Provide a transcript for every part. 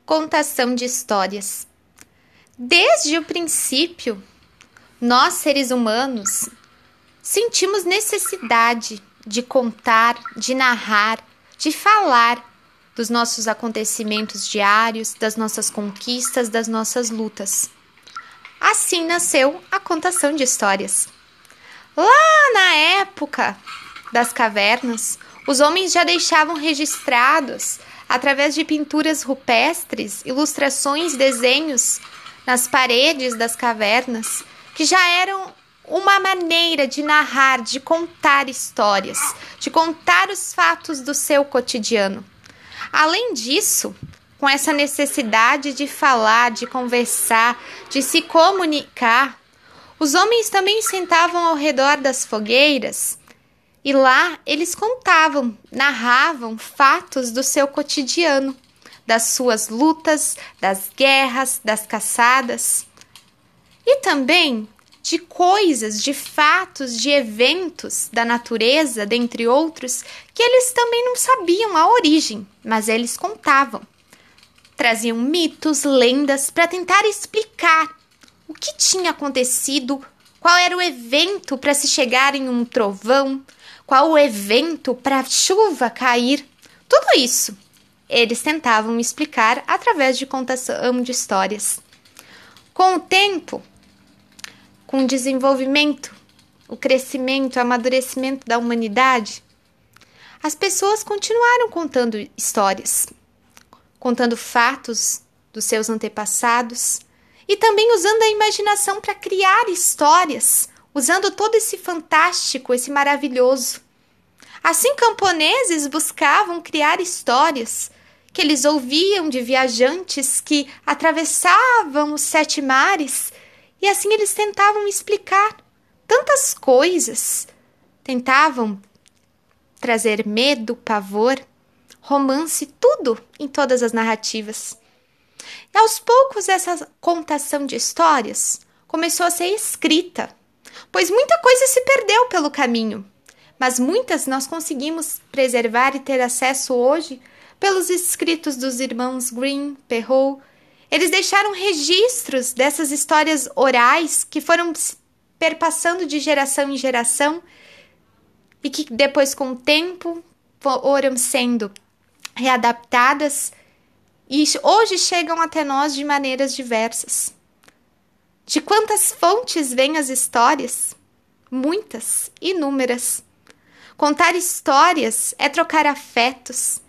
Contação de histórias. Desde o princípio, nós, seres humanos, sentimos necessidade de contar, de narrar, de falar dos nossos acontecimentos diários, das nossas conquistas, das nossas lutas. Assim nasceu a contação de histórias. Lá na época das cavernas, os homens já deixavam registrados, através de pinturas rupestres, ilustrações, desenhos nas paredes das cavernas, que já eram uma maneira de narrar, de contar histórias, de contar os fatos do seu cotidiano. Além disso, com essa necessidade de falar, de conversar, de se comunicar, os homens também sentavam ao redor das fogueiras e lá eles contavam, narravam fatos do seu cotidiano, das suas lutas, das guerras, das caçadas e também de coisas, de fatos, de eventos da natureza, dentre outros, que eles também não sabiam a origem, mas eles contavam. Traziam mitos, lendas para tentar explicar o que tinha acontecido, qual era o evento para se chegar em um trovão, qual o evento para a chuva cair. Tudo isso eles tentavam explicar através de contação de histórias. Com o tempo, com o desenvolvimento, o crescimento, o amadurecimento da humanidade, as pessoas continuaram contando histórias, contando fatos dos seus antepassados e também usando a imaginação para criar histórias, usando todo esse fantástico, esse maravilhoso. Assim, camponeses buscavam criar histórias que eles ouviam de viajantes que atravessavam os 7 mares e assim eles tentavam explicar tantas coisas, tentavam trazer medo, pavor, romance, tudo em todas as narrativas. E aos poucos essa contação de histórias começou a ser escrita, pois muita coisa se perdeu pelo caminho, mas muitas nós conseguimos preservar e ter acesso hoje pelos escritos dos irmãos Grimm, Perrault. Eles deixaram registros dessas histórias orais que foram perpassando de geração em geração e que depois, com o tempo, foram sendo readaptadas e hoje chegam até nós de maneiras diversas. De quantas fontes vêm as histórias? Muitas, inúmeras. Contar histórias é trocar afetos,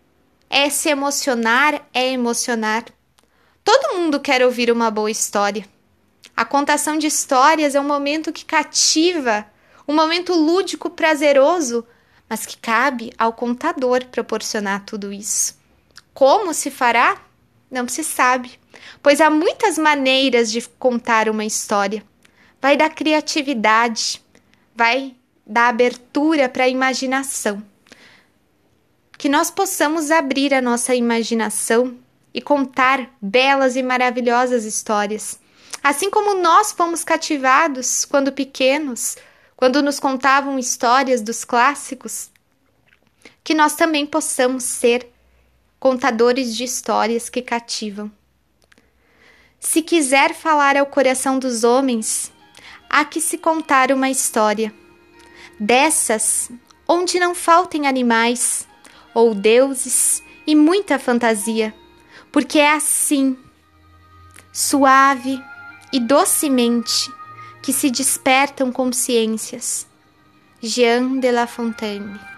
é se emocionar, é emocionar. Todo mundo quer ouvir uma boa história. A contação de histórias é um momento que cativa, um momento lúdico, prazeroso, mas que cabe ao contador proporcionar tudo isso. Como se fará? Não se sabe, pois há muitas maneiras de contar uma história. Vai da criatividade, vai da abertura para a imaginação. Que nós possamos abrir a nossa imaginação e contar belas e maravilhosas histórias. Assim como nós fomos cativados quando pequenos, quando nos contavam histórias dos clássicos, que nós também possamos ser contadores de histórias que cativam. Se quiser falar ao coração dos homens, há que se contar uma história, dessas onde não faltem animais ou deuses e muita fantasia, porque é assim, suave e docemente, que se despertam consciências. Jean de La Fontaine.